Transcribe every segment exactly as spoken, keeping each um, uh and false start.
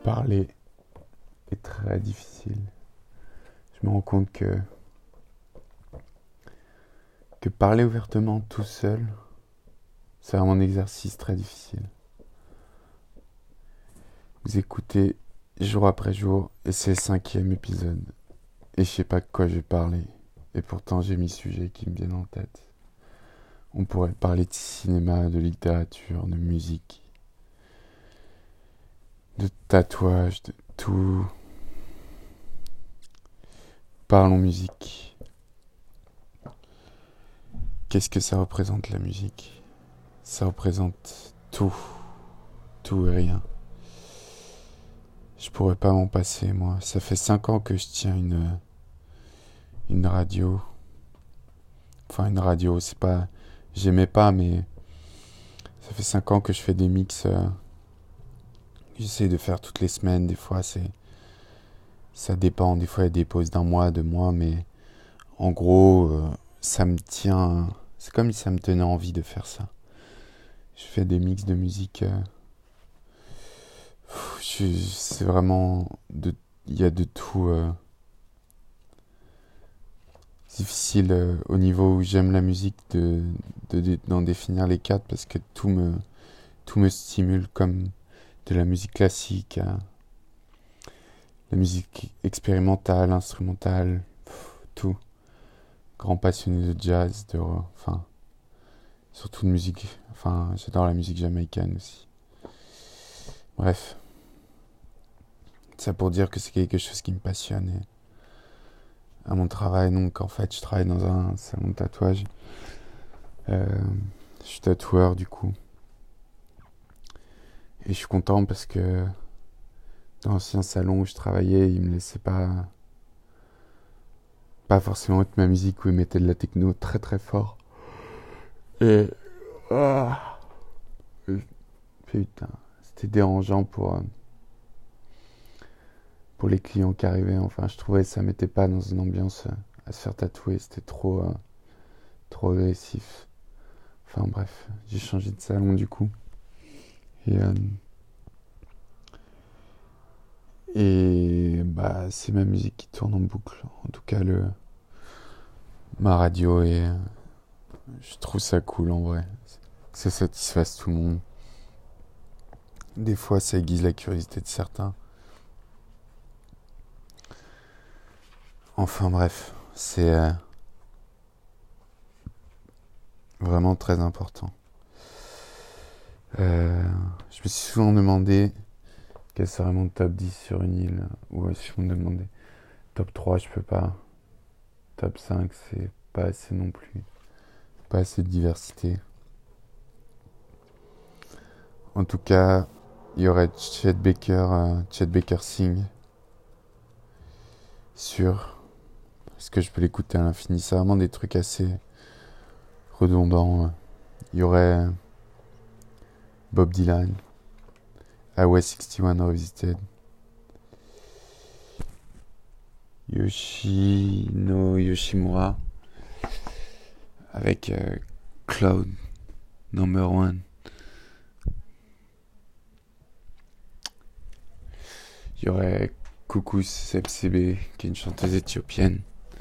Parler est très difficile. Je me rends compte que, que parler ouvertement tout seul, c'est vraiment un exercice très difficile. Vous écoutez jour après jour et c'est le cinquième épisode. Et je sais pas de quoi je vais parler. Et pourtant j'ai mis sujets qui me viennent en tête. On pourrait parler de cinéma, de littérature, de musique, de tatouage, de tout. Parlons musique. Qu'est-ce que ça représente la musique ? Ça représente tout, tout et rien. Je pourrais pas m'en passer, moi. Ça fait cinq ans que je tiens une, une radio. Enfin, une radio, c'est pas... J'aimais pas, mais ça fait cinq ans que je fais des mix. Euh, J'essaie de faire toutes les semaines. Des fois, c'est... Ça dépend. Des fois, il y a des pauses d'un mois, deux mois, mais en gros, euh, ça me tient... C'est comme si ça me tenait envie de faire ça. Je fais des mix de musique... Euh, je- c'est vraiment... De... Il y a de tout... Euh, difficile euh, au niveau où j'aime la musique de, de, de- d'en définir les quatre parce que tout me, tout me stimule, comme de la musique classique à la musique expérimentale, instrumentale, pff, tout. Grand passionné de jazz, de, enfin, surtout de musique, enfin, j'adore la musique jamaïcaine aussi. Bref, ça pour dire que c'est quelque chose qui me passionne et à mon travail, donc en fait je travaille dans un salon de tatouage. Euh, je suis tatoueur du coup. Et je suis content parce que dans l'ancien salon où je travaillais, ils me laissaient pas, pas forcément mettre ma musique, où ils mettaient de la techno très très fort. Et ah, putain, c'était dérangeant pour, euh, pour les clients qui arrivaient. Enfin, je trouvais que ça mettait pas dans une ambiance euh, à se faire tatouer. C'était trop, euh, trop agressif. Enfin bref, j'ai changé de salon du coup. Et, euh, et bah, c'est ma musique qui tourne en boucle. En tout cas, le, ma radio est... Je trouve ça cool en vrai. Que ça satisfasse tout le monde. Des fois, ça aiguise la curiosité de certains. Enfin bref, c'est euh, vraiment très important. Euh, je me suis souvent demandé quel serait mon top dix sur une île. Ou euh, si on me demandait top trois, je peux pas. Top cinq, c'est pas assez non plus. Pas assez de diversité. En tout cas, il y aurait Chet Baker, euh, Chet Baker Sing sur... Est-ce que je peux l'écouter à l'infini? C'est vraiment des trucs assez redondants. Il y aurait Bob Dylan, Highway soixante et un Revisited, Yoshino Yoshimura avec euh, Cloud Number One. Il y aurait Coucou Sepsebe, qui est une chanteuse éthiopienne.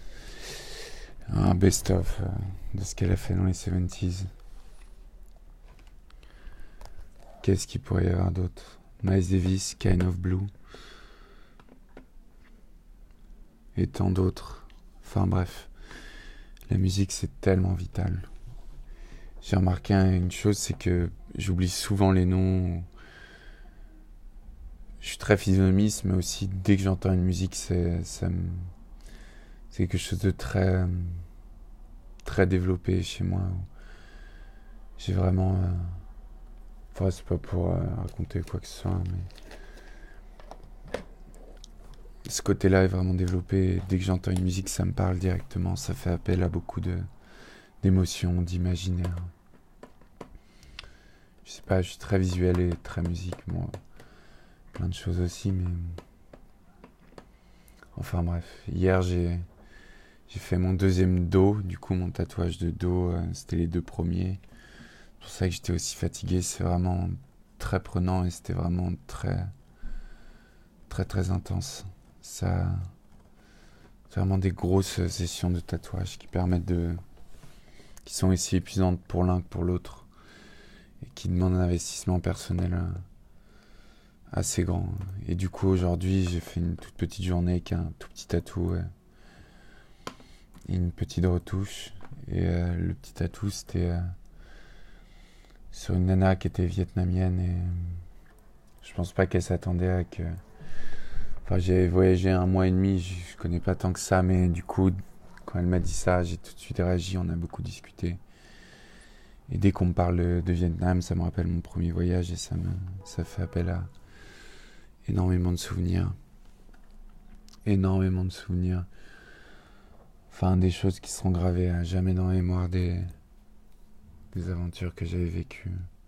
Un best-of euh, de ce qu'elle a fait dans les soixante-dix. Qu'est-ce qu'il pourrait y avoir d'autre? Miles Davis, Kind of Blue. Et tant d'autres. Enfin bref, la musique c'est tellement vital. J'ai remarqué une chose, c'est que j'oublie souvent les noms. Je suis très physionomiste, mais aussi dès que j'entends une musique, c'est, ça me, c'est quelque chose de très, très développé chez moi. J'ai vraiment... Euh, enfin, c'est pas pour euh, raconter quoi que ce soit, mais... Ce côté-là est vraiment développé. Dès que j'entends une musique, ça me parle directement. Ça fait appel à beaucoup de, d'émotions, d'imaginaire. Je sais pas, je suis très visuel et très musique, moi. Plein de choses aussi, mais... Enfin bref, hier j'ai, j'ai fait mon deuxième dos. Du coup, mon tatouage de dos, euh, c'était les deux premiers. C'est pour ça que j'étais aussi fatigué. C'est vraiment très prenant et c'était vraiment très... très très intense. Ça, c'est vraiment des grosses sessions de tatouage qui permettent de, qui sont aussi épuisantes pour l'un que pour l'autre et qui demandent un investissement personnel assez grand. Et du coup, aujourd'hui, j'ai fait une toute petite journée avec un tout petit tatou et une petite retouche. Et euh, le petit tatou, c'était euh, sur une nana qui était vietnamienne et je pense pas qu'elle s'attendait à que... Enfin, j'ai voyagé un mois et demi, je connais pas tant que ça, mais du coup, quand elle m'a dit ça, j'ai tout de suite réagi, on a beaucoup discuté. Et dès qu'on me parle de, de Vietnam, ça me rappelle mon premier voyage et ça me, ça fait appel à énormément de souvenirs. Énormément de souvenirs. Enfin, des choses qui seront gravées à jamais dans la mémoire, des, des aventures que j'avais vécues.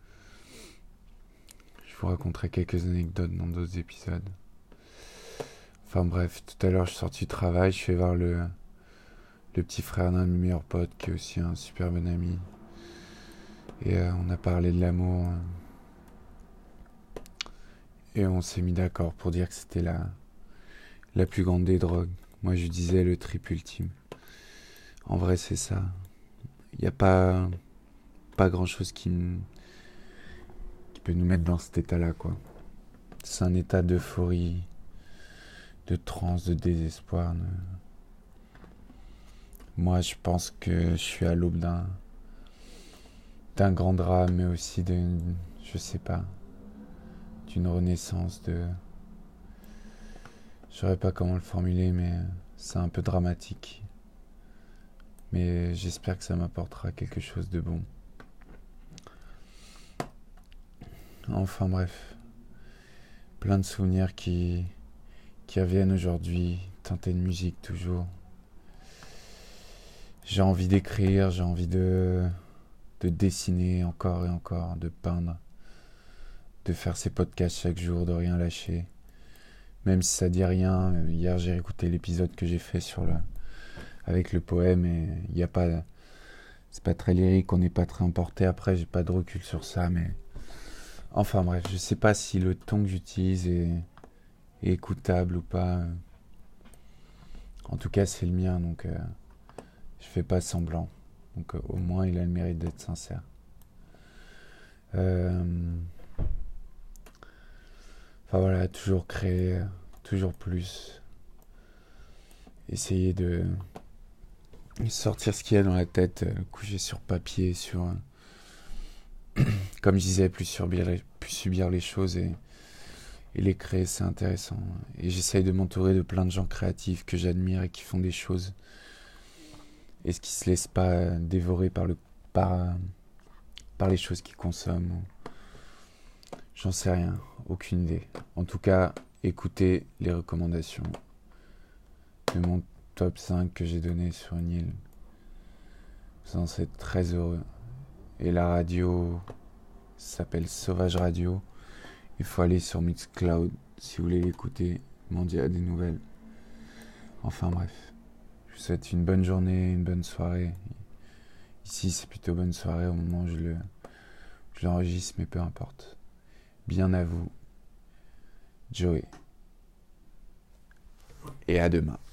Je vous raconterai quelques anecdotes dans d'autres épisodes. Enfin bref, tout à l'heure je suis sorti du travail, je suis allé voir le, le petit frère d'un de mes meilleurs potes qui est aussi un super bon ami. Et euh, on a parlé de l'amour. Euh, et on s'est mis d'accord pour dire que c'était la, la plus grande des drogues. Moi je disais le trip ultime. En vrai c'est ça. Il n'y a pas, pas grand chose qui, qui peut nous mettre dans cet état-là, quoi. C'est un état d'euphorie, de transe, de désespoir. De... Moi, je pense que je suis à l'aube d'un d'un grand drame, mais aussi d'une, je sais pas, d'une renaissance de... Je saurais pas comment le formuler, mais c'est un peu dramatique. Mais j'espère que ça m'apportera quelque chose de bon. Enfin bref, plein de souvenirs qui... qui reviennent aujourd'hui, teintés de musique toujours. J'ai envie d'écrire, j'ai envie de, de dessiner encore et encore, de peindre, de faire ces podcasts chaque jour, de rien lâcher. Même si ça dit rien, hier j'ai réécouté l'épisode que j'ai fait sur le, avec le poème et il y a pas, c'est pas très lyrique, on n'est pas très emporté. Après, j'ai pas de recul sur ça, mais enfin bref, je sais pas si le ton que j'utilise est écoutable ou pas. En tout cas, c'est le mien, donc euh, je fais pas semblant. Donc euh, au moins, il a le mérite d'être sincère. Euh... Enfin voilà, toujours créer, toujours plus. Essayer de sortir ce qu'il y a dans la tête, euh, coucher sur papier, sur... Euh... Comme je disais, plus subir les, plus subir les choses et... Et les créer, c'est intéressant. Et j'essaye de m'entourer de plein de gens créatifs que j'admire et qui font des choses. Et ce qui se laisse pas dévorer par, le, par, par les choses qu'ils consomment. J'en sais rien. Aucune idée. En tout cas, écoutez les recommandations de mon top cinq que j'ai donné sur une île. Vous en êtes très heureux. Et la radio s'appelle Sauvage Radio. Il faut aller sur Mixcloud si vous voulez l'écouter, m'en dire des nouvelles. Enfin bref, je vous souhaite une bonne journée, une bonne soirée. Ici c'est plutôt bonne soirée au moment où je, le, je l'enregistre, mais peu importe. Bien à vous, Joey. Et à demain.